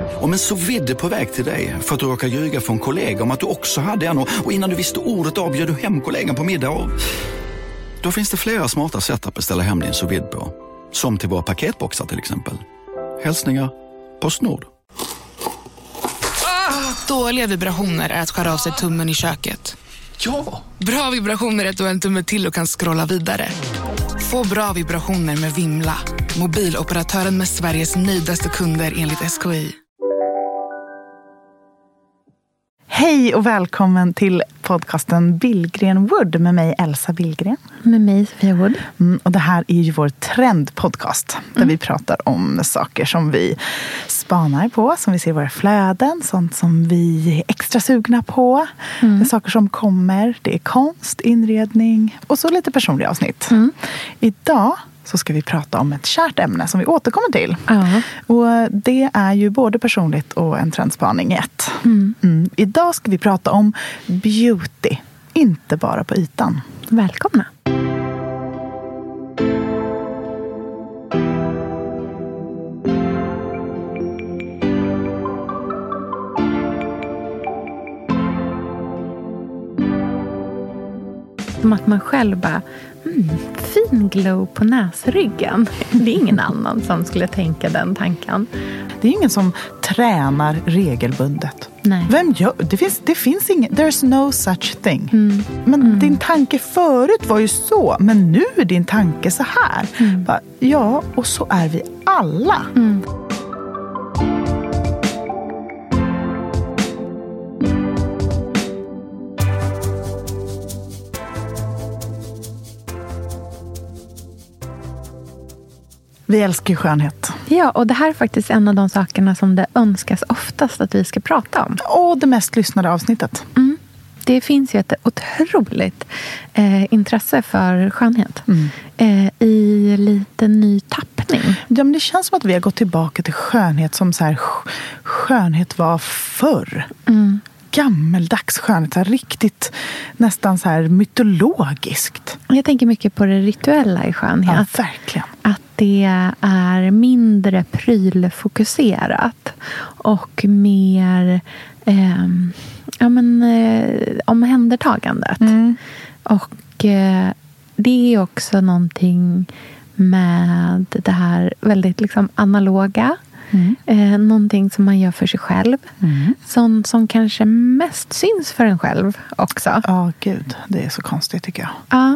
Om en sous vide på väg till dig för att du råkar ljuga för en kollega om att du också hade en och innan du visste ordet av bjöd du hem kollegan på middag och... Då finns det flera smarta sätt att beställa hem din sous vide på. Som till våra paketboxar till exempel. Hälsningar Postnord. Dåliga vibrationer är att skära av sig tummen i köket. Ja! Bra vibrationer är att du har en tumme till och kan scrolla vidare. Få bra vibrationer med Vimla. Mobiloperatören med Sveriges nöjdaste kunder enligt SKI. Hej och välkommen till podcasten Billgren Wood med mig Elsa Billgren. Med mig Sofia Wood. Och det här är ju vår trendpodcast där vi pratar om saker som vi spanar på, som vi ser i våra flöden, sånt som vi är extra sugna på. Det är saker som kommer, det är konst, inredning och så lite personliga avsnitt. Idag så ska vi prata om ett kärt ämne som vi återkommer till. Och det är ju både personligt och en trendspaning i ett. Idag ska vi prata om beauty, inte bara på ytan. Välkomna! Som att man själv bara, fin glow på näsryggen. Det är ingen annan som skulle tänka den tanken. Det är ingen som tränar regelbundet. Nej. Vem gör? Det finns ingen, there's no such thing. Men din tanke förut var ju så, men nu är din tanke så här. Bara, ja, och så är vi alla. Vi älskar ju skönhet. Ja, och det här är faktiskt en av de sakerna som det önskas oftast att vi ska prata om. Och det mest lyssnade avsnittet. Det finns ju ett otroligt intresse för skönhet. I lite ny tappning. Ja, men det känns som att vi har gått tillbaka till skönhet som så här, skönhet var förr. Gammeldags skönhet, så här, riktigt nästan så här mytologiskt. Jag tänker mycket på det rituella i skönhet. Ja, verkligen. Att det är mindre prylfokuserat och mer omhändertagandet. Och det är också någonting med det här väldigt liksom analoga. Någonting som man gör för sig själv. Som kanske mest syns för en själv också. Ja, gud. Det är så konstigt tycker jag. Ja,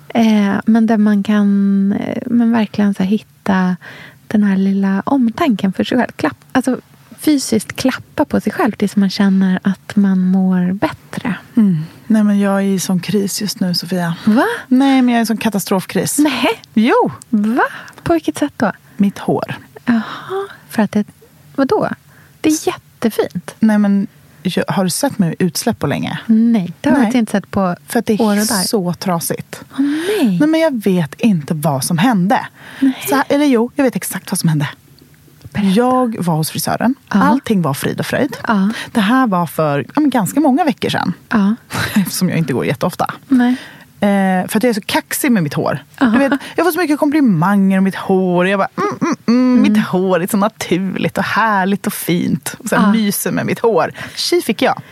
men där man kan verkligen så här, hitta den här lilla omtanken för sig själv. Alltså fysiskt klappa på sig själv tills man känner att man mår bättre. Nej, men jag är i sån kris just nu, Sofia. Va? Nej, men jag är i sån katastrofkris. Nej. Jo. Va? På vilket sätt då? Mitt hår. Jaha, för att det... Vadå? Det är jättefint. Nej, men har du sett mig utsläpp på länge? Nej, det har jag inte sett på för att det år och är där. så trasigt. Nej. Nej, men jag vet inte vad som hände. Så här, eller jo, jag vet exakt vad som hände. Berätta. Jag var hos frisören. Allting var frid och fröjd. Det här var för ganska många veckor sedan. Eftersom jag inte går jätteofta. Nej. För att jag är så kaxig med mitt hår. Du vet, jag får så mycket komplimanger om mitt hår. Jag bara, mitt hår är så naturligt och härligt och fint. Och sen myser med mitt hår. Tji fick jag.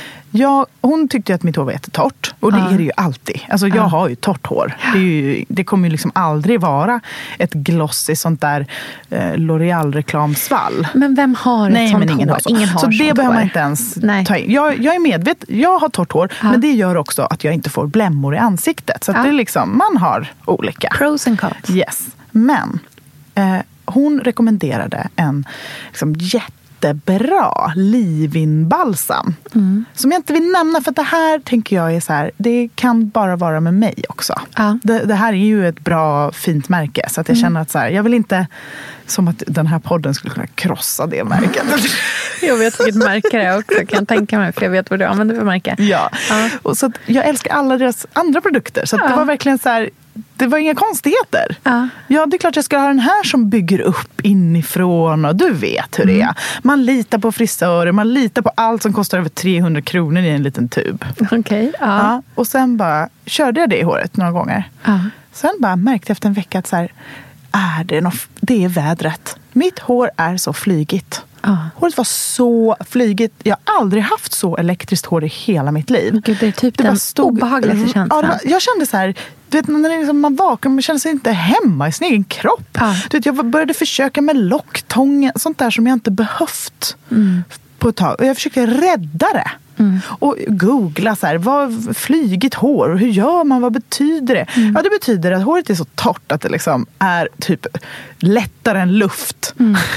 Hon tyckte att mitt hår var jättetort. Och det är det ju alltid. Alltså jag har ju torrt hår. Det kommer ju liksom aldrig vara ett glossy sånt där L'Oreal-reklamsvall. Men vem har ett sånt ingen hår? har så. Ingen har så det behöver man inte ens ta in. Jag är medveten. Jag har torrt hår. Men det gör också att jag inte får blämmor i ansiktet. Så att det är liksom, man har olika. Pros and cons. Yes. Men hon rekommenderade en liksom jättebra leave-in-balsam. Som jag inte vill nämna, för att det här tänker jag är så här, det kan bara vara med mig också. Det här är ju ett bra, fint märke, så att jag känner att så här, jag vill inte, som att den här podden skulle kunna krossa det märket. Jag vet vilket märke det är också, kan jag tänka mig, för jag vet vad du använder för märke. Ja. Och så att jag älskar alla deras andra produkter, så att det var verkligen så här, det var inga konstigheter. Ja, det är klart jag ska ha den här som bygger upp inifrån, och du vet hur det är. Man litar på frisörer, man litar på allt som kostar över 300 kronor i en liten tub. Okej. Ja, och sen bara körde jag det i håret några gånger. Sen bara märkte jag efter en vecka att så här, det är vädret. Mitt hår är så flygigt. Håret var så flygigt. Jag har aldrig haft så elektriskt hår i hela mitt liv. Gud, det är typ den obehagligaste känslan. Ja, jag kände så här, du vet, när liksom man vaknar, man känner sig inte hemma i sin egen kropp. Du vet, jag började försöka med locktången, sånt där som jag inte behövt på ett tag. Och jag försökte rädda det. Och googla så här, vad flygigt hår, hur gör man, vad betyder det? Ja, det betyder att håret är så torrt att det liksom är typ lättare än luft.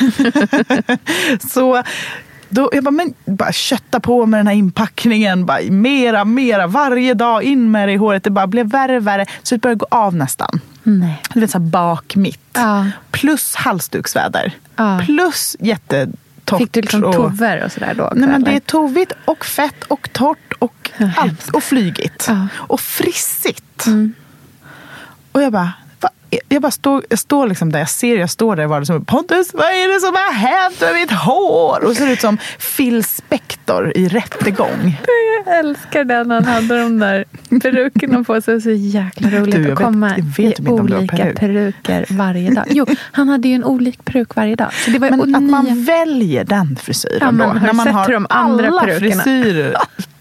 Så då jag bara kötta på med den här inpackningen, bara mera varje dag, in med det i håret. Det bara blev värre, så det började gå av nästan. Nej. Du vet, så här bak mitt. Plus halsduksväder. Plus jättetorrt. Fick du liksom tover och sådär då? Nej, men det är tovigt och fett och torrt och allt, och flygigt. Och frissigt. Och jag bara står liksom där, jag står där, var det som Pontus, vad är det som har hänt med mitt hår? Och ser ut som Phil Spector i rättegång. Jag älskar den, han hade de där perukerna på sig, så jäkla roligt att komma i olika peruker varje dag. Jo, han hade ju en olik peruk varje dag. Så det var men att man väljer den frisyren då, när man har de andra alla frisyrer.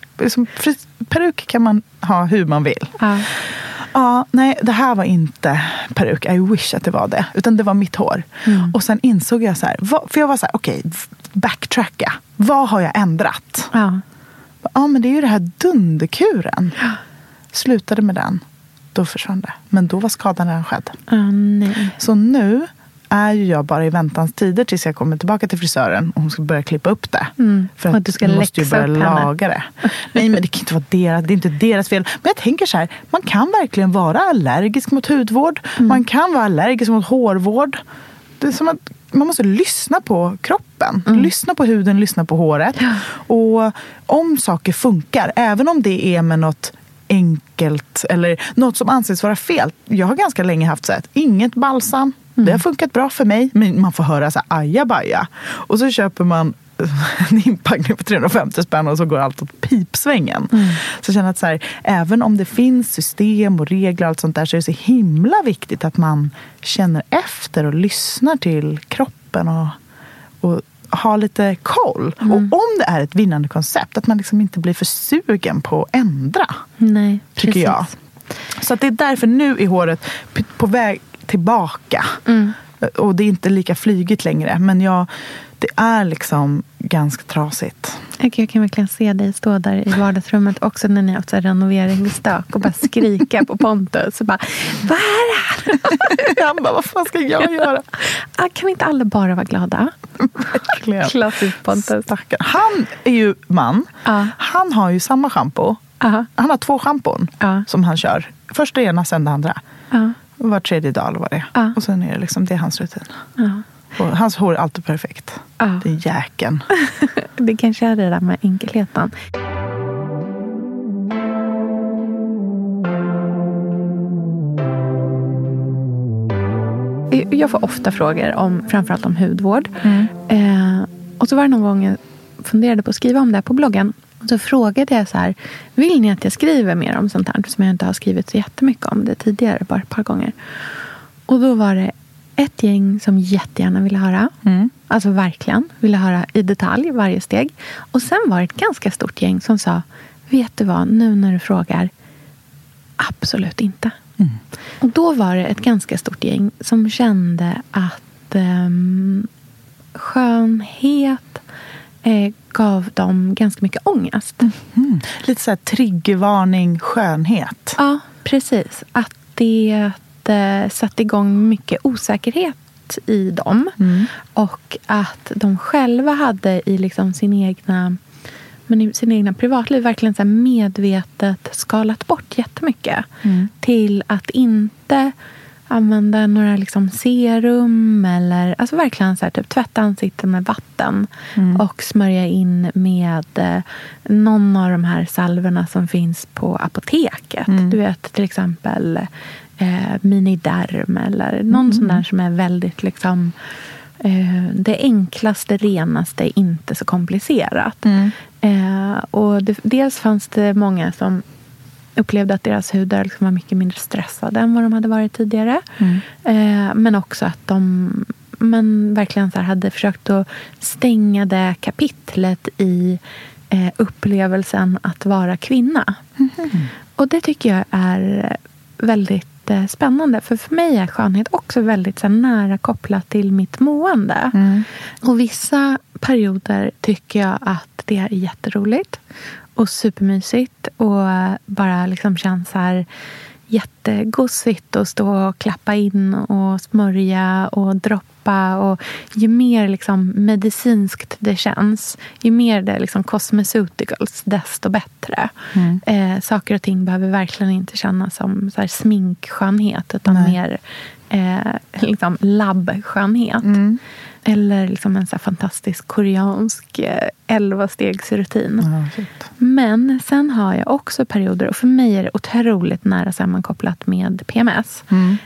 Peruk kan man ha hur man vill. Ja, nej, det här var inte peruk. I wish att det var det. Utan det var mitt hår. Och sen insåg jag så här, för jag var så här, okej, backtracka. Vad har jag ändrat? Ja, men det är ju det här dunderkuren. Slutade med den. Då försvann det. Men då var skadan redan skedd. Nej. Så nu är ju jag bara i väntans tider tills jag kommer tillbaka till frisören och hon ska börja klippa upp det. För att du ska måste ju börja laga det. Nej, men det kan inte vara deras, det är inte deras fel. Men jag tänker så här, man kan verkligen vara allergisk mot hudvård. Man kan vara allergisk mot hårvård. Det är som att man måste lyssna på kroppen. Lyssna på huden, lyssna på håret. Och om saker funkar, även om det är med något enkelt eller något som anses vara fel. Jag har ganska länge haft så här, inget balsam. Det har funkat bra för mig, men man får höra så här ajabaja. Och så köper man en inpackning på 350 spänn och så går allt åt pipsvängen. Så jag känner att så här, även om det finns system och regler och allt sånt där, så är det så himla viktigt att man känner efter och lyssnar till kroppen och ha lite koll. Och om det är ett vinnande koncept, att man liksom inte blir för sugen på att ändra. Nej, tycker precis. jag. Så att det är därför nu är håret på väg tillbaka. Och det är inte lika flygigt längre. Men det är liksom ganska trasigt. Jag kan verkligen se dig stå där i vardagsrummet också när ni har haft renoveringsstök och bara skrika på Pontus. Och bara, vad är det här? Han bara, vad fan ska jag göra? Kan inte alla bara vara glada? Verkligen. Klassiskt Pontus. Stackaren. Han är ju man. Han har ju samma shampoo. Han har 2 schampon som han kör. Först det ena, sen det andra. Var 3:e dag eller vad det är. Och sen är det liksom, det är hans rutin. Och hans hår är alltid perfekt. Det är jäken. Det kanske är det där med enkelheten. Jag får ofta frågor om, framförallt om hudvård. Och så var det någon gång jag funderade på att skriva om det här på bloggen. Och så frågade jag så här, vill ni att jag skriver mer om sånt här? Som jag inte har skrivit så jättemycket om det tidigare, bara ett par gånger. Och då var det ett gäng som jättegärna ville höra. Alltså verkligen ville höra i detalj varje steg. Och sen var det ett ganska stort gäng som sa, vet du vad, nu när du frågar, absolut inte. Och då var det ett ganska stort gäng som kände att skönhet gav dem ganska mycket ångest. Lite så här triggervarning, skönhet. Ja, precis. Att det satte igång mycket osäkerhet i dem. Och att de själva hade i liksom sin egna privatliv verkligen så här medvetet skalat bort jättemycket. Till att inte använda några liksom serum eller alltså verkligen så här, typ tvätta ansiktet med vatten och smörja in med någon av de här salverna som finns på apoteket. Du vet, till exempel Miniderm eller någon sån där som är väldigt liksom det enklaste, renaste, inte så komplicerat. Och dels fanns det många som upplevde att deras hudar liksom var mycket mindre stressade än vad de hade varit tidigare. Men också att de man verkligen så här hade försökt att stänga det kapitlet i upplevelsen att vara kvinna. Och det tycker jag är väldigt spännande. För mig är skönhet också väldigt så här, nära kopplat till mitt mående. Och vissa perioder tycker jag att det är jätteroligt och supermysigt och bara liksom känns så här jättegosigt att stå och klappa in och smörja och droppa. Och ju mer liksom medicinskt det känns, ju mer det liksom cosmeceuticals, desto bättre. Saker och ting behöver verkligen inte kännas som så här sminkskönhet, utan mer liksom labbskönhet. Eller liksom en så här fantastisk koreansk 11-stegsrutin. Men sen har jag också perioder, och för mig är det otroligt nära sammankopplat med PMS.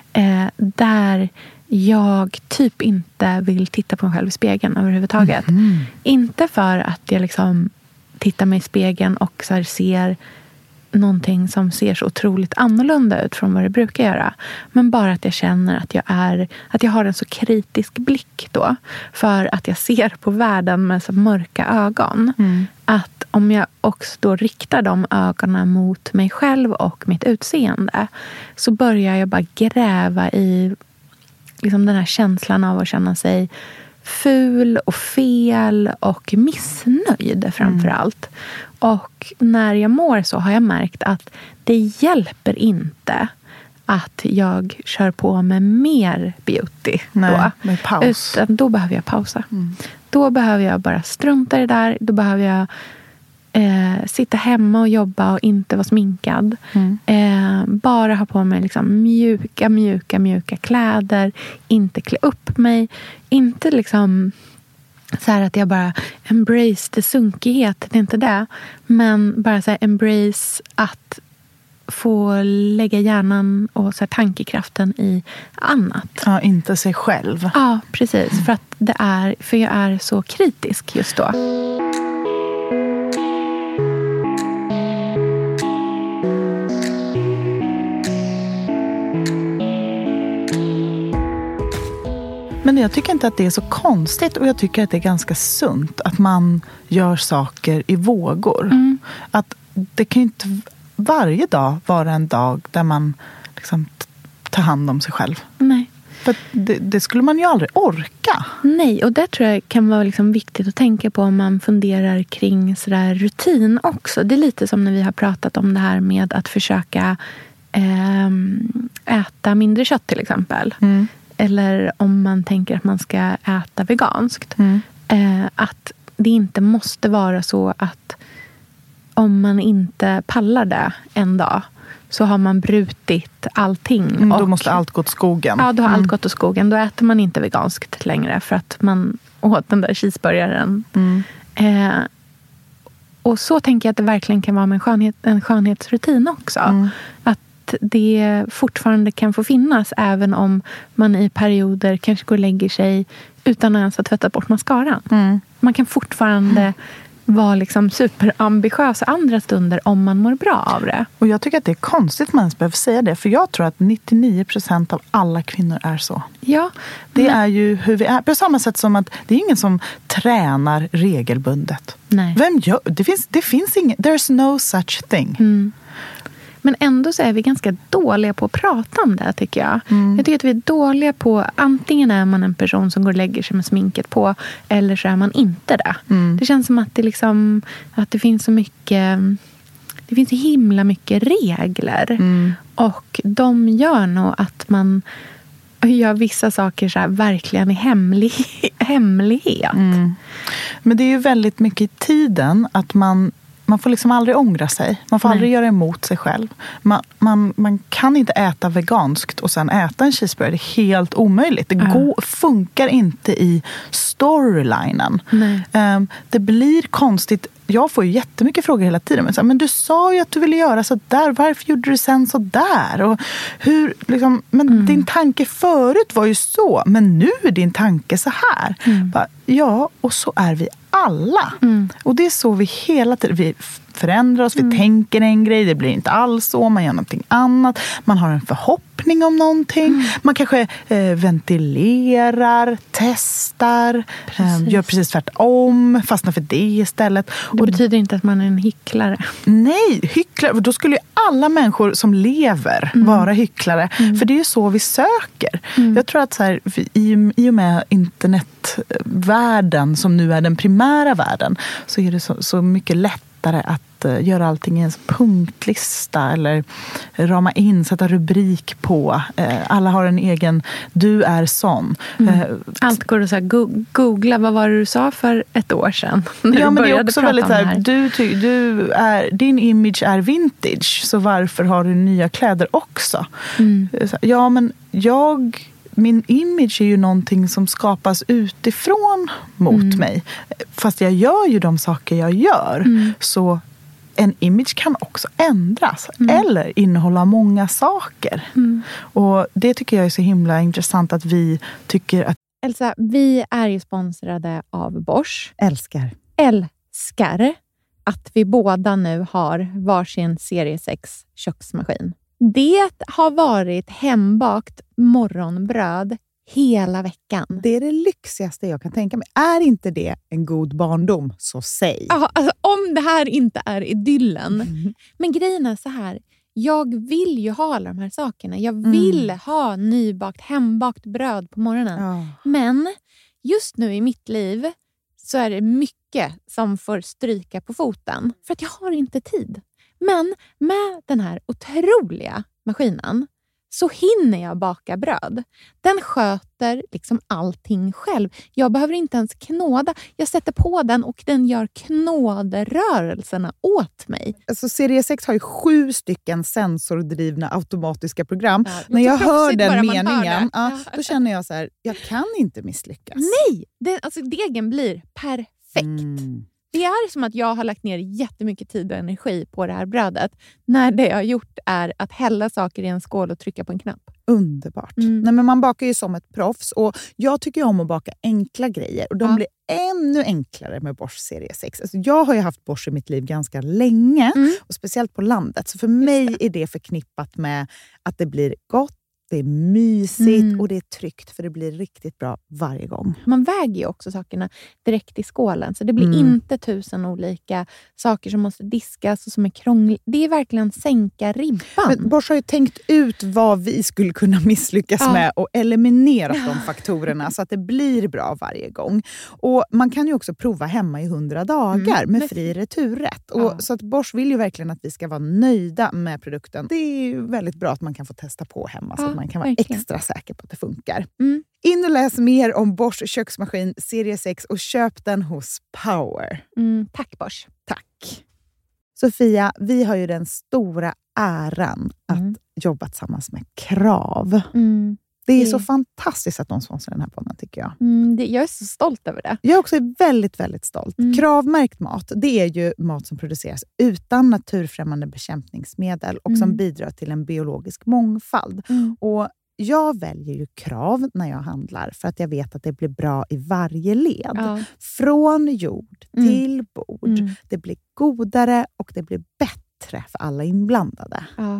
Där jag typ inte vill titta på mig själv i spegeln överhuvudtaget. Inte för att jag liksom tittar mig i spegeln och så här ser någonting som ser så otroligt annorlunda ut från vad det brukar göra. Men bara att jag känner att jag har en så kritisk blick då. För att jag ser på världen med så mörka ögon. Att om jag också då riktar de ögonen mot mig själv och mitt utseende, så börjar jag bara gräva i liksom den här känslan av att känna sig ful och fel och missnöjd framför allt. Och när jag mår så har jag märkt att det hjälper inte att jag kör på med mer beauty. Nej, med paus. Utan då behöver jag pausa. Då behöver jag bara strunta i det där. Då behöver jag sitta hemma och jobba och inte vara sminkad. Bara ha på mig liksom mjuka kläder. Inte klä upp mig. Inte liksom så här att jag bara embrace det sunkighet. Det är inte det. Men bara så här embrace att få lägga hjärnan och så här tankekraften i annat. Ja, inte sig själv. Ja, precis. För jag är så kritisk just då. Men jag tycker inte att det är så konstigt, och jag tycker att det är ganska sunt att man gör saker i vågor. Att det kan ju inte varje dag vara en dag där man liksom tar hand om sig själv. Nej. För det skulle man ju aldrig orka. Nej, och det tror jag kan vara liksom viktigt att tänka på om man funderar kring sådär rutin också. Det är lite som när vi har pratat om det här med att försöka äta mindre kött till exempel. Eller om man tänker att man ska äta veganskt. Att det inte måste vara så att om man inte pallar det en dag, så har man brutit allting. Då måste allt gå åt skogen. Ja, då har allt gått åt skogen. Då äter man inte veganskt längre för att man åt den där cheeseburgaren. Och så tänker jag att det verkligen kan vara med en skönhetsrutin också. Att det fortfarande kan få finnas även om man i perioder kanske går och lägger sig utan att ens ha tvättat bort mascaran. Man kan fortfarande vara liksom superambitiös andra stunder om man mår bra av det. Och jag tycker att det är konstigt att man ens behöver säga det. För jag tror att 99% av alla kvinnor är så. Ja. Det är ju hur vi är. På samma sätt som att det är ingen som tränar regelbundet. Nej. Vem gör? Det finns ingen. There's no such thing. Men ändå så är vi ganska dåliga på att prata om det, tycker jag. Jag tycker att vi är dåliga på, antingen är man en person som går och lägger sig med sminket på, eller så är man inte det. Det känns som att det liksom, att det finns så mycket, det finns så himla mycket regler. Och de gör nog att man gör vissa saker så här verkligen i hemlighet. Men det är ju väldigt mycket i tiden att man får liksom aldrig ångra sig. Man får aldrig göra emot sig själv. Man kan inte äta veganskt och sen äta en cheeseburger. Det är helt omöjligt. Det funkar inte i storylinen. Det blir konstigt. Jag får ju jättemycket frågor hela tiden. Men du sa ju att du ville göra så där. Varför gjorde du sen så där? Och hur, liksom, men din tanke förut var ju så. Men nu är din tanke så här. Ja, och så är vi alla. Och det är så vi hela tiden... Vi förändrar oss. Vi tänker en grej, det blir inte alls så. Man gör någonting annat. Man har en förhoppning om någonting. Man kanske ventilerar, testar, gör precis tvärtom, fastnar för det istället. Det betyder inte att man är en hycklare. Nej, hycklare. Då skulle ju alla människor som lever vara hycklare. För det är ju så vi söker. Jag tror att så här, i och med internetvärlden som nu är den primära världen, så är det så mycket lättare att göra allting i en punktlista eller rama in, sätta rubrik på. Alla har en egen, du är sån. Allt går att så här, googla, vad var det du sa för ett år sedan? Ja, men det är också väldigt så här, din image är vintage, så varför har du nya kläder också? Ja, men min image är ju någonting som skapas utifrån mot mig. Fast jag gör ju de saker jag gör. Så en image kan också ändras. Eller innehålla många saker. Och det tycker jag är så himla intressant att vi tycker att... Elsa, vi är ju sponsrade av Bosch. Älskar Att vi båda nu har varsin serie 6 köksmaskin. Det har varit hembakt morgonbröd hela veckan. Det är det lyxigaste jag kan tänka mig. Är inte det en god barndom, så säg. Ja, alltså, om det här inte är idyllen. Men grejen är så här. Jag vill ju ha alla de här sakerna. Jag vill ha nybakt, hembakt bröd på morgonen. Ja. Men just nu i mitt liv så är det mycket som får stryka på foten. För att jag har inte tid. Men med den här otroliga maskinen så hinner jag baka bröd. Den sköter liksom allting själv. Jag behöver inte ens knåda. Jag sätter på den och den gör knåderörelserna åt mig. Alltså serie 6 har ju 7 stycken sensordrivna automatiska program. Ja, när jag hör den meningen, då känner jag så här, jag kan inte misslyckas. Nej, degen blir perfekt. Det är som att jag har lagt ner jättemycket tid och energi på det här brödet. När det jag har gjort är att hälla saker i en skål och trycka på en knapp. Underbart. Nej, men man bakar ju som ett proffs. Och jag tycker om att baka enkla grejer. Och de blir ännu enklare med Bosch serie 6. Alltså jag har ju haft Bosch i mitt liv ganska länge. Och speciellt på landet. Så för mig är det förknippat med att det blir gott. Det är mysigt och det är tryggt, för det blir riktigt bra varje gång. Man väger ju också sakerna direkt i skålen. Så det blir inte 1000 olika saker som måste diskas och som är krångligt. Det är verkligen sänka ribban. Men Bosch har ju tänkt ut vad vi skulle kunna misslyckas med och eliminerat de faktorerna så att det blir bra varje gång. Och man kan ju också prova hemma i 100 dagar med fri returrätt. Och så att Bosch vill ju verkligen att vi ska vara nöjda med produkten. Det är ju väldigt bra att man kan få testa på hemma så man kan vara extra säker på att det funkar. In och läs mer om Bosch köksmaskin serie 6 och köp den hos Power. Tack Bosch. Tack. Sofia, vi har ju den stora äran att jobba tillsammans med Krav. Det är så fantastiskt att de sponsrar den här podden, tycker jag. Jag är så stolt över det. Jag är också väldigt, väldigt stolt. Kravmärkt mat, det är ju mat som produceras utan naturfrämmande bekämpningsmedel och som bidrar till en biologisk mångfald. Och jag väljer ju Krav när jag handlar för att jag vet att det blir bra i varje led. Från jord till bord. Det blir godare och det blir bättre för alla inblandade. Ja.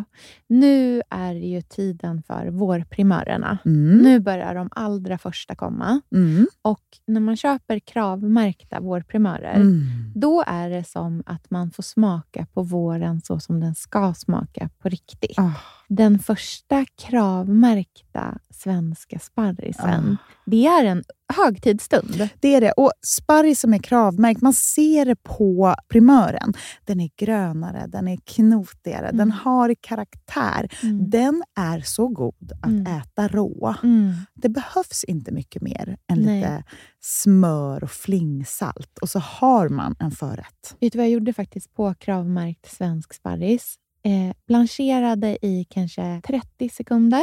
Nu är det ju tiden för vårprimörerna. Nu börjar de allra första komma. Och när man köper kravmärkta vårprimörer, då är det som att man får smaka på våren så som den ska smaka på riktigt. Den första kravmärkta svenska sparrisen, det är en högtidsstund. Det är det. Och sparris som är kravmärkt, man ser det på primören. Den är grönare, den är knotigare, den har karaktär. Den är så god att äta rå. Det behövs inte mycket mer än lite smör och flingsalt. Och så har man en förrätt. Vet du vad jag gjorde faktiskt på kravmärkt svensk sparris? Blancherade i kanske 30 sekunder.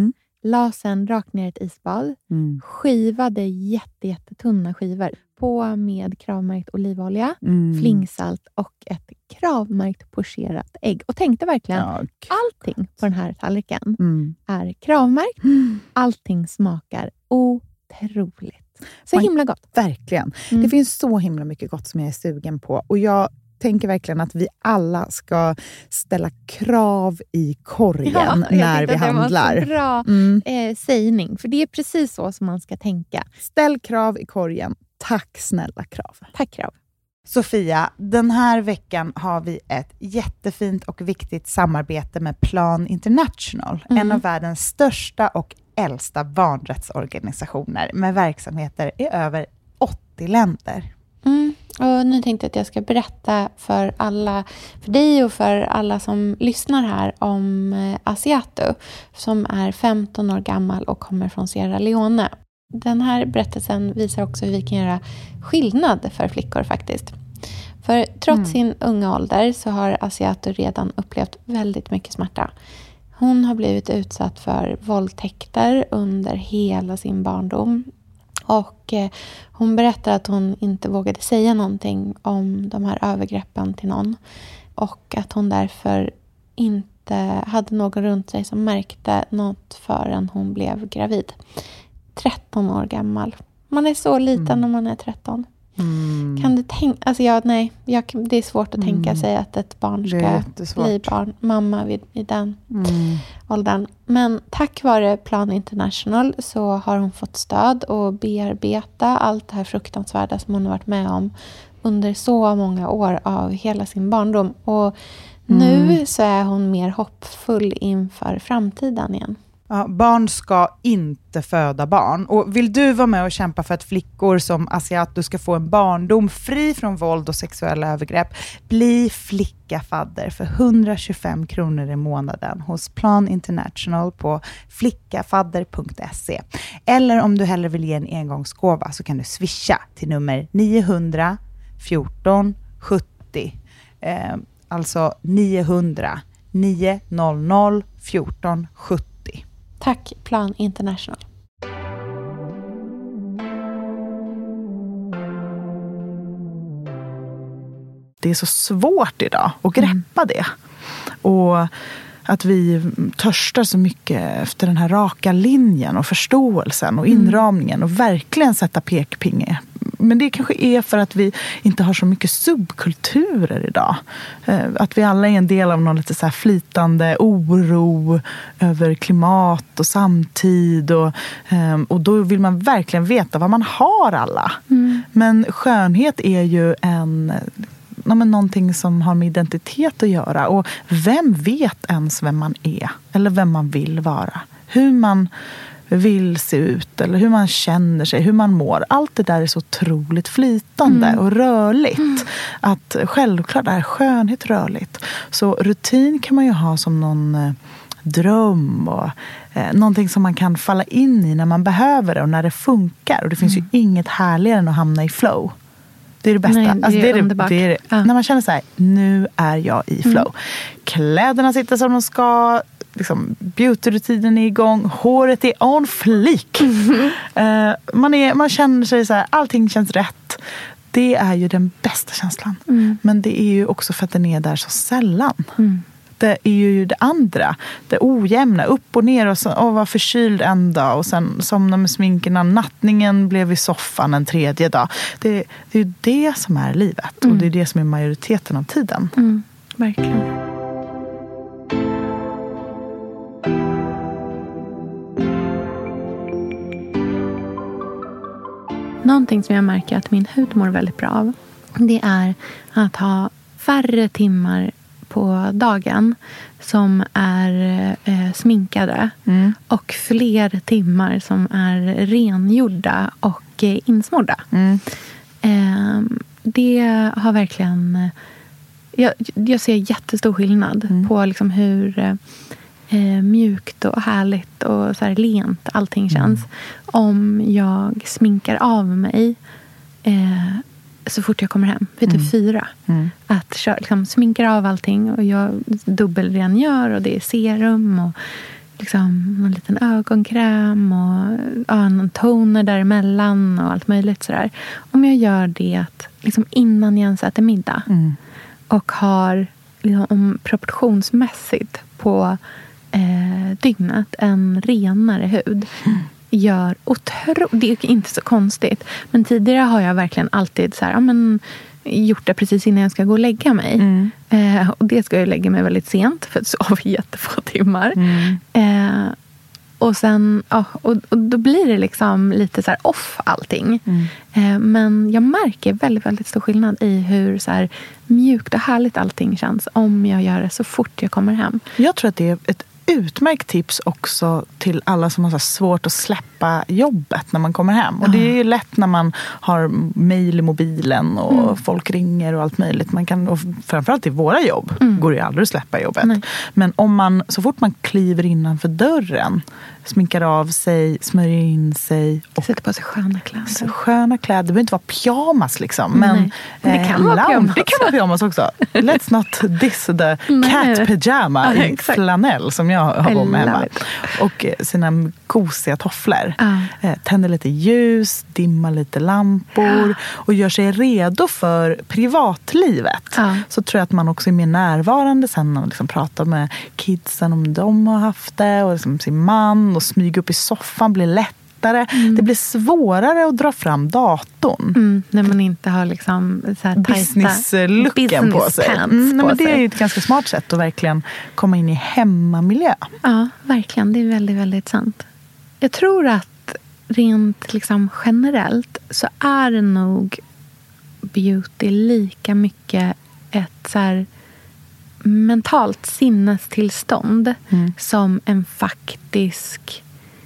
La sen rakt ner ett isbad. Skivade jättetunna skivor. På med kravmärkt olivolja, flingsalt och ett kravmärkt pocherat ägg. Och tänkte verkligen, allting på den här tallriken är kravmärkt. Allting smakar otroligt. Så himla gott. Verkligen. Det finns så himla mycket gott som jag är sugen på. Och jag tänker verkligen att vi alla ska ställa krav i korgen när vi handlar. Det var så bra sägning. För det är precis så som man ska tänka. Ställ krav i korgen. Tack snälla krav. Tack krav. Sofia, den här veckan har vi ett jättefint och viktigt samarbete med Plan International. En av världens största och äldsta barnrättsorganisationer med verksamheter i över 80 länder. Och nu tänkte jag att jag ska berätta för dig och för alla som lyssnar här om Assiatou, som är 15 år gammal och kommer från Sierra Leone. Den här berättelsen visar också hur vi kan göra skillnad för flickor faktiskt. För trots sin unga ålder så har Assiatou redan upplevt väldigt mycket smärta. Hon har blivit utsatt för våldtäkter under hela sin barndom. Och hon berättar att hon inte vågade säga någonting om de här övergreppen till någon. Och att hon därför inte hade någon runt sig som märkte något förrän hon blev gravid. 13 år gammal. Man är så liten när man är 13. Kan du tänka... Alltså det är svårt att tänka sig att ett barn ska bli mamma i den åldern. Men tack vare Plan International så har hon fått stöd och bearbeta allt det här fruktansvärda som hon har varit med om under så många år av hela sin barndom. Och nu så är hon mer hoppfull inför framtiden igen. Ja, barn ska inte föda barn. Och vill du vara med och kämpa för att flickor som Assiatou ska få en barndom fri från våld och sexuella övergrepp, bli flickafadder för 125 kronor i månaden hos Plan International på flickafadder.se. Eller om du hellre vill ge en engångsgåva så kan du swisha till nummer 900 14 70. Alltså 900 900 14 70. Tack Plan International. Det är så svårt idag att greppa det. Och att vi törstar så mycket efter den här raka linjen och förståelsen och inramningen och verkligen sätta pekpinge. Men det kanske är för att vi inte har så mycket subkulturer idag. Att vi alla är en del av någon lite så här flytande oro över klimat och samtid. Och då vill man verkligen veta vad man har alla. Men skönhet är ju någonting som har med identitet att göra. Och vem vet ens vem man är? Eller vem man vill vara? Hur man vill se ut eller hur man känner sig, hur man mår. Allt det där är så otroligt flytande och rörligt. Att självklart är skönhet rörligt. Så rutin kan man ju ha som någon dröm och någonting som man kan falla in i när man behöver det och när det funkar. Och det finns ju inget härligare än att hamna i flow. Det är det bästa. Nej, det är underbart. När man känner så här, nu är jag i flow. Kläderna sitter som de ska. Liksom, beauty-rutinen är igång. Håret är on flik. Man känner sig så här, allting känns rätt. Det är ju den bästa känslan. Men det är ju också för att den är där så sällan. Det är ju det andra. Det ojämna, upp och ner och var förkyld en dag och sen somna med sminkerna. Nattningen blev i soffan en tredje dag. Det är ju det som är livet. Och det är det som är majoriteten av tiden. Verkligen. Någonting som jag märker att min hud mår väldigt bra av, det är att ha färre timmar på dagen som är sminkade och fler timmar som är rengjorda och insmorda. Det har verkligen... Jag ser jättestor skillnad på liksom hur mjukt och härligt och så här lent allting känns. Om jag sminkar av mig så fort jag kommer hem. Vid typ 4. Att liksom, sminkar av allting och jag dubbelrengör och det är serum och liksom någon liten ögonkräm och någon toner däremellan och allt möjligt sådär. Om jag gör det liksom innan jag ens äter middag och har liksom, proportionsmässigt på dygnet en renare hud gör det är inte så konstigt. Men tidigare har jag verkligen alltid så här, gjort det precis innan jag ska gå och lägga mig. Och det ska jag lägga mig väldigt sent för att sova jättefå timmar. Och sen och då blir det liksom lite så här off allting. Men jag märker väldigt, väldigt stor skillnad i hur så här mjukt och härligt allting känns om jag gör det så fort jag kommer hem. Jag tror att det är ett utmärkt tips också till alla som har så svårt att släppa jobbet när man kommer hem. Och det är ju lätt när man har mejl i mobilen och folk ringer och allt möjligt. Man kan, och framförallt i våra jobb går det ju aldrig att släppa jobbet. Nej. Men om man, så fort man kliver innanför dörren, sminkar av sig, smörjer in sig och sätter på sig sköna kläder. Så sköna kläder. Det behöver inte vara pyjamas liksom. Men det kan vara pyjamas. Det kan vara pyjamas också. Let's not diss the cat pyjama i flanell som jag har på mig hemma. Och sina gosiga tofflor. Tänder lite ljus, dimmar lite lampor och gör sig redo för privatlivet. Så tror jag att man också är mer närvarande sen när man liksom pratar med kidsen om de har haft det och liksom sin man och smyga upp i soffan blir lättare. Det blir svårare att dra fram datorn. När man inte har liksom så här business-looken på sig. Men det är ju ett ganska smart sätt att verkligen komma in i hemmamiljö. Ja, verkligen. Det är väldigt, väldigt sant. Jag tror att rent liksom generellt så är det nog beauty lika mycket ett så här mentalt sinnestillstånd som en faktisk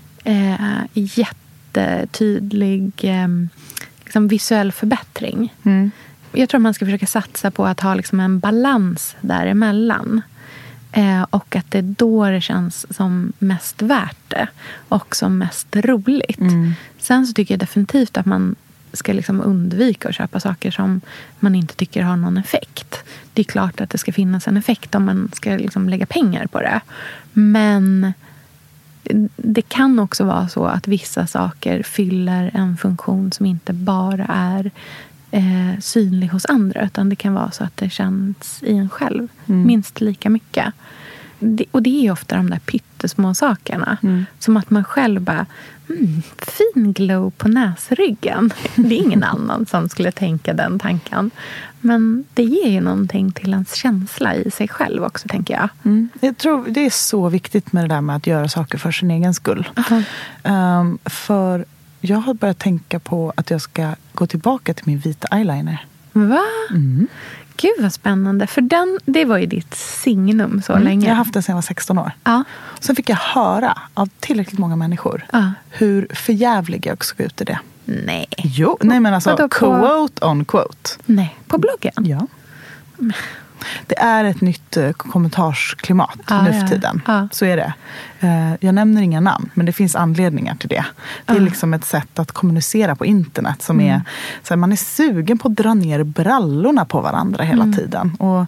jättetydlig liksom visuell förbättring. Jag tror man ska försöka satsa på att ha liksom en balans däremellan. Och att det är då det känns som mest värt det. Och som mest roligt. Sen så tycker jag definitivt att man ska liksom undvika att köpa saker som man inte tycker har någon effekt. Det är klart att det ska finnas en effekt om man ska liksom lägga pengar på det. Men det kan också vara så att vissa saker fyller en funktion som inte bara är synlig hos andra. Utan det kan vara så att det känns i en själv minst lika mycket. Och det är ju ofta de där pyttesmå sakerna. Som att man själv bara, fin glow på näsryggen. Det är ingen annan som skulle tänka den tanken. Men det ger ju någonting till ens känsla i sig själv också, tänker jag. Jag tror det är så viktigt med det där med att göra saker för sin egen skull. För jag har börjat tänka på att jag ska gå tillbaka till min vita eyeliner. Va? Gud vad spännande. För det var ju ditt signum så länge. Jag har haft den sedan jag var 16 år. Sen fick jag höra av tillräckligt många människor hur förjävlig jag såg ut i det. Nej. Jo, nej men alltså quote on quote. Nej, på bloggen? Ja. Det är ett nytt kommentarsklimat nu för tiden. Så är det. Jag nämner inga namn, men det finns anledningar till det. Det är liksom ett sätt att kommunicera på internet som är så här, man är sugen på att dra ner brallorna på varandra hela tiden. Och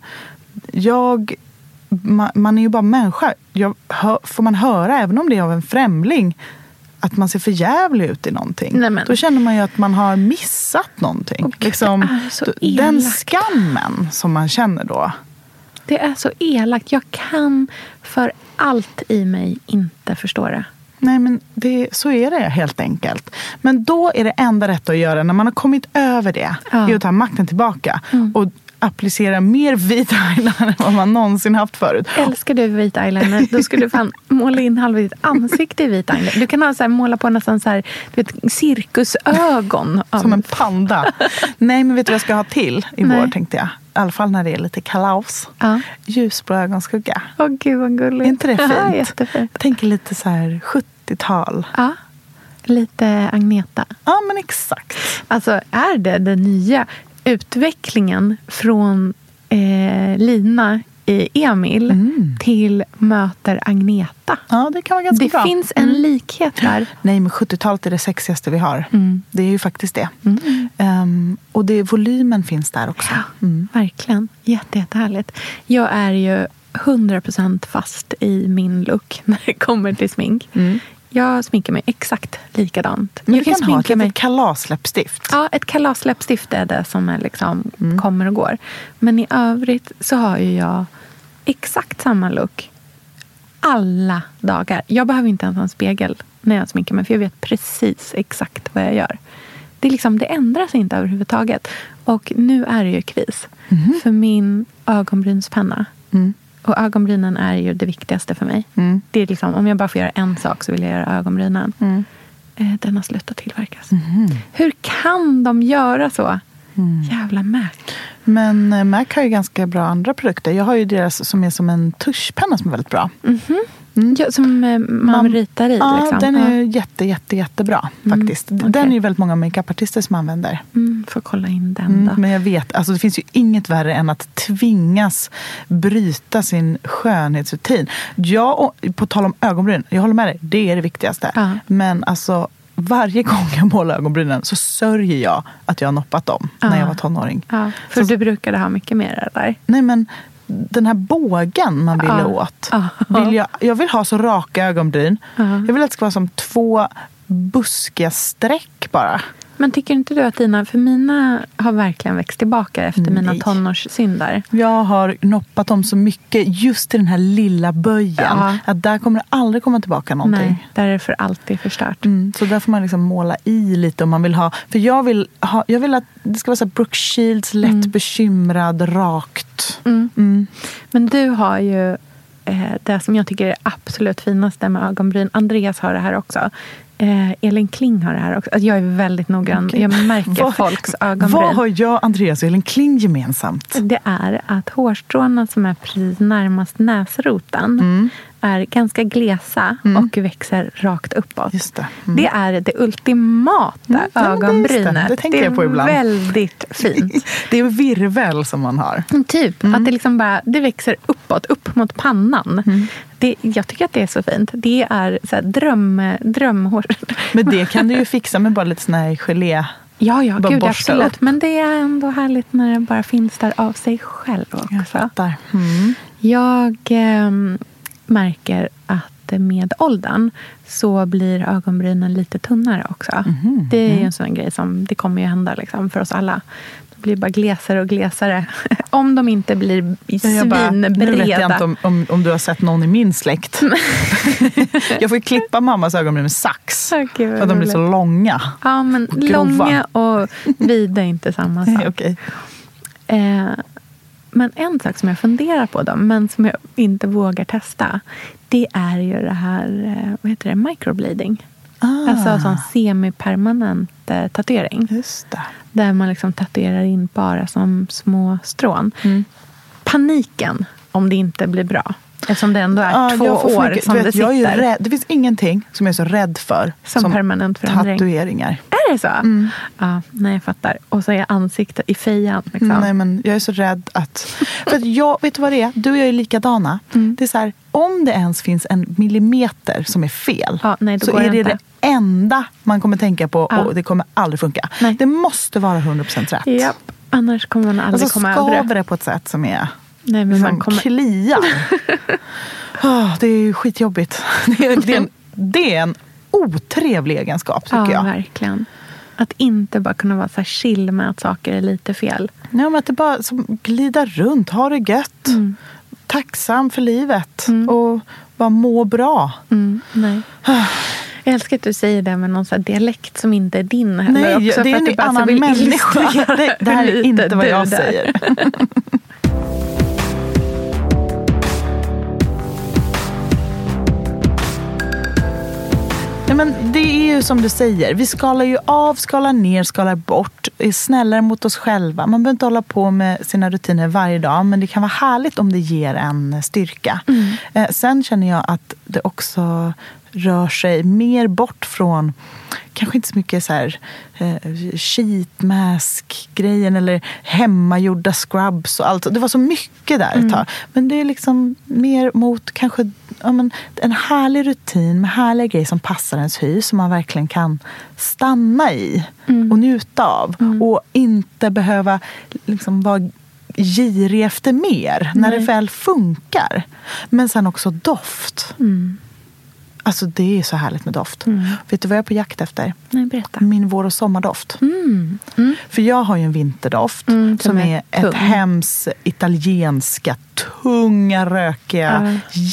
man är ju bara människa. Får man höra, även om det är av en främling, att man ser för jävlig ut i någonting. Då känner man ju att man har missat någonting. Liksom, den skammen som man känner då. Det är så elakt. Jag kan för allt i mig inte förstå det. Nej, men så är det helt enkelt. Men då är det enda rätt att göra när man har kommit över det. Är att ta makten tillbaka. Och applicera mer vit eyeliner än vad man någonsin haft förut. Älskar du vit eyeliner? Då skulle du fan måla in halva ditt ansikte i vit eyeliner. Du kan ha så här, måla på nästan så här, du vet, cirkusögon. Som en panda. Nej, men vet du vad jag ska ha till i vår, tänkte jag. I alla fall när det är lite kalas. Ljusblå ögonskugga. Gud vad gulligt. Är inte det fint? Ja, jättefint. Jag tänker lite så här 70-tal. Ja, lite Agneta. Ja, men exakt. Alltså, är det den nya utvecklingen från Lina Emil till möter Agneta? Ja, det kan vara ganska bra. Det finns en likhet där. Nej, men 70-talet är det sexigaste vi har. Det är ju faktiskt det. Och volymen finns där också. Ja, verkligen. Jättehärligt. Jag är ju 100% fast i min look när det kommer till smink. Jag sminkar mig exakt likadant. Men jag kan ha ett kalasläppstift. Ja, ett kalasläppstift är det som är liksom kommer och går. Men i övrigt så har ju jag exakt samma look alla dagar. Jag behöver inte ens ha en spegel när jag sminkar mig, för jag vet precis exakt vad jag gör. det ändras inte överhuvudtaget. Och nu är det ju kris för min ögonbrynspenna. Och ögonbrynen är ju det viktigaste för mig. Det är liksom, om jag bara får göra en sak så vill jag göra ögonbrynen. Den har slutat tillverkas. Hur kan de göra så? Jävla Mac. Men Mac har ju ganska bra andra produkter. Jag har ju deras som är som en tuschpenna som är väldigt bra. Ja, som man ritar i. Ja, liksom. den är ju jättebra faktiskt. Okay. Den är ju väldigt många makeupartister som använder. Får kolla in den då. Men jag vet, alltså det finns ju inget värre än att tvingas bryta sin skönhetsrutin. På tal om ögonbryn, jag håller med dig, det är det viktigaste. Men alltså varje gång jag målar ögonbrynen så sörjer jag att jag har noppat dem när jag var tonåring. För du brukade ha mycket mer där? Nej, men den här bågen man ville åt. Jag vill ha så raka ögonbryn. Jag vill att det ska vara som 2 buskiga streck bara. Men tycker inte du att för mina har verkligen växt tillbaka efter mina tonårssynder? Jag har noppat dem så mycket just i den här lilla böjen. Att där kommer det aldrig komma tillbaka någonting. Nej, där är det för alltid förstört. Så där får man liksom måla i lite om man vill ha. För jag vill att det ska vara så här Brooke Shields, lätt bekymrad, rakt. Men du har ju det som jag tycker är absolut finaste med ögonbryn. Andreas har det här också. Elin Kling har det här också. Alltså jag är väldigt noggrann. Okay. Jag märker folks ögonbryn. Vad har jag, Andreas och Elin Kling gemensamt? Det är att hårstråna som är precis närmast näsroten är ganska glesa och växer rakt uppåt. Just det. Det är det ultimata ögonbrynet. Det tänker jag på ibland. Det är väldigt fint. Det är virvel som man har. Typ, att det liksom bara, det växer uppåt, upp mot pannan. Jag tycker att det är så fint. Det är så här drömhår. Men det kan du ju fixa med bara lite sån här gelé. Ja, gud, absolut. Men det är ändå härligt när det bara finns där av sig själv också. Jag fattar. Jag märker att med åldern så blir ögonbrynen lite tunnare också. Det är ju en sån grej som det kommer ju hända liksom, för oss alla. Det blir bara glesare och glesare. Om de inte blir svinbreda. Nu vet jag inte om du har sett någon i min släkt. Jag får klippa mammas ögonbryn med sax. För att de blir så långa. Ja, men långa och vida är inte samma sak. Okay. Men en sak som jag funderar på då, men som jag inte vågar testa, det är ju det här, vad heter det, microblading. Alltså sån semipermanent tatuering. Just det. Där man liksom tatuerar in bara som små strån. Paniken om det inte blir bra. Eftersom det ändå är 2 år som det sitter. Jag är rädd. Det finns ingenting som jag är så rädd för som permanent förändring. Tatueringar. Är det så? Ja, nej, jag fattar. Och så är ansiktet i fejan. Liksom. Nej, men jag är så rädd att... För att jag, vet du vad det är? Du och jag är likadana. Det är så här, om det ens finns en millimeter som är fel, så är det enda man kommer tänka på och det kommer aldrig funka. Nej. Det måste vara 100% rätt. Ja, annars kommer man aldrig komma över det. Och så skaver det på ett sätt som är... Nej, men man kommer... kliar. Det är ju skitjobbigt. Det är en otrevlig egenskap, tycker jag. Ja, verkligen. Att inte bara kunna vara så här chill med att saker är lite fel. Nej, men att det bara som glida runt, ha det gött. Tacksam för livet. Och bara må bra. Nej. Jag älskar att du säger det med någon sån här dialekt som inte är din heller. Nej, också, det är en annan människa. Det här är inte vad jag säger. Nej, men det är ju som du säger. Vi skalar ju av, skalar ner, skalar bort. Är snällare mot oss själva. Man behöver inte hålla på med sina rutiner varje dag. Men det kan vara härligt om det ger en styrka. Sen känner jag att det också rör sig mer bort från... Kanske inte så mycket så här sheet mask grejen eller hemmagjorda scrubs och allt. Det var så mycket där ett tag. Men det är liksom mer mot kanske en härlig rutin med härliga grejer som passar ens hy, som man verkligen kan stanna i och njuta av. Och inte behöva liksom vara girig efter mer när det väl funkar. Men sen också doft. Alltså det är så härligt med doft. Vet du vad jag är på jakt efter? Nej, berätta. Min vår- och sommardoft. För jag har ju en vinterdoft som är ett hems italienska, tunga, rökiga,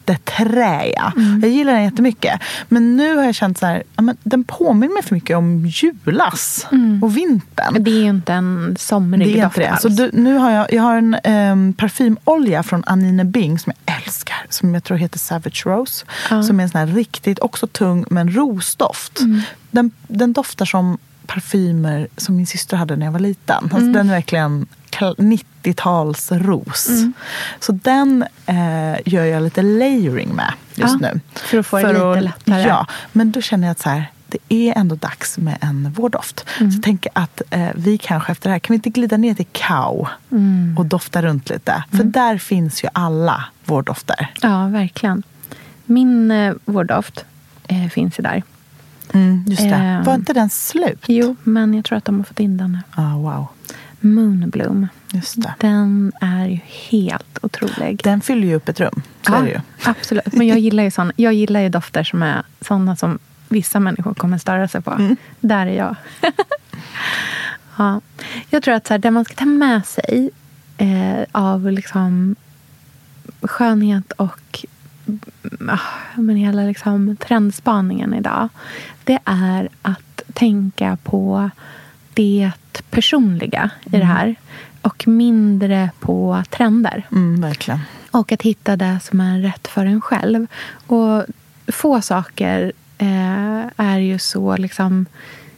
jätteträiga. Jag gillar den jättemycket. Men nu har jag känt så här, den påminner mig för mycket om julas och vintern. Det är ju inte en somrig doft alls. Så nu har jag har en parfymolja från Anine Bing som jag älskar. Som jag tror heter Savage Rose. Som är en sån här riktigt, också tung, men rosdoft. Den doftar som parfymer som min syster hade när jag var liten. Alltså den är verkligen 90-tals-ros. Så den gör jag lite layering med just nu. För att få det lite lättare. Ja, men då känner jag att så här, det är ändå dags med en vårdoft. Så jag tänker att vi kanske efter det här, kan vi inte glida ner till Kao och dofta runt lite? För där finns ju alla vårdofter. Ja, verkligen. Min vårdoft finns ju där. Just det. Var inte den slut? Jo, men jag tror att de har fått in den nu. Wow. Moonbloom. Just det. Den är ju helt otrolig. Den fyller ju upp ett rum. Så är det ju. Absolut. Men jag gillar ju dofter som är sådana som vissa människor kommer störa sig på. Där är jag. Ja. Jag tror att så här, det man ska ta med sig av liksom skönhet och men hela liksom trendspaningen idag, det är att tänka på det personliga i det här och mindre på trender. Verkligen. Och att hitta det som är rätt för en själv. Och få saker är ju så liksom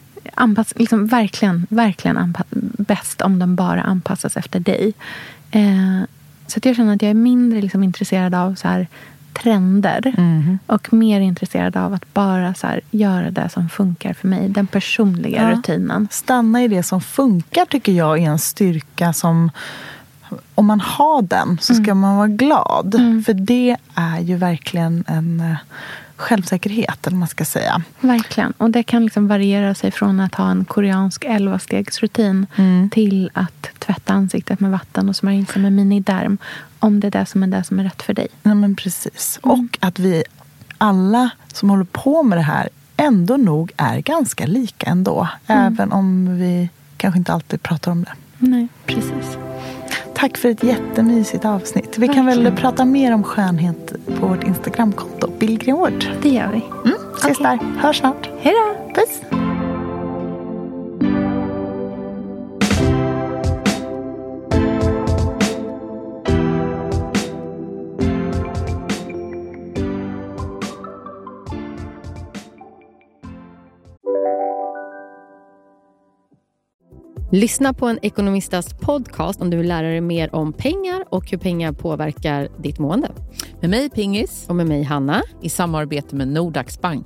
verkligen bäst om de bara anpassas efter dig. Så att jag känner att jag är mindre liksom intresserad av så här trender och mer intresserad av att bara så här göra det som funkar för mig, den personliga rutinen. Stanna i det som funkar tycker jag är en styrka som, om man har den så ska man vara glad. För det är ju verkligen en självsäkerhet, eller man ska säga. Verkligen. Och det kan liksom variera sig från att ha en koreansk 11-stegsrutin till att tvätta ansiktet med vatten och smörja in sig med miniderm. Om det är det som är rätt för dig. Ja, men precis. Och att vi alla som håller på med det här ändå nog är ganska lika ändå. Även om vi kanske inte alltid pratar om det. Nej, precis. Tack för ett jättemysigt avsnitt. Vi kan väl prata mer om skönhet på vårt Instagramkonto, Billgrenwood. Det gör vi. Ses där. Hörs snart. Hej då. Puss. Lyssna på en ekonomistas podcast om du vill lära dig mer om pengar och hur pengar påverkar ditt mående. Med mig Pingis. Och med mig Hanna. I samarbete med Nordax Bank.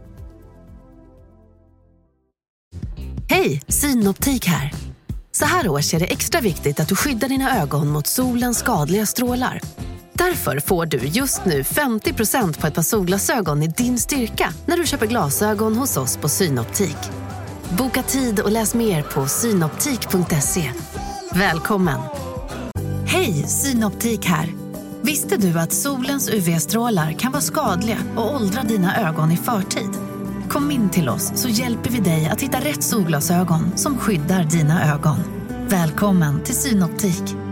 Hej, Synoptik här. Så här års är det extra viktigt att du skyddar dina ögon mot solens skadliga strålar. Därför får du just nu 50% på ett par solglasögon i din styrka när du köper glasögon hos oss på Synoptik. Boka tid och läs mer på synoptik.se. Välkommen! Hej, Synoptik här. Visste du att solens UV-strålar kan vara skadliga och åldra dina ögon i förtid? Kom in till oss så hjälper vi dig att hitta rätt solglasögon som skyddar dina ögon. Välkommen till Synoptik.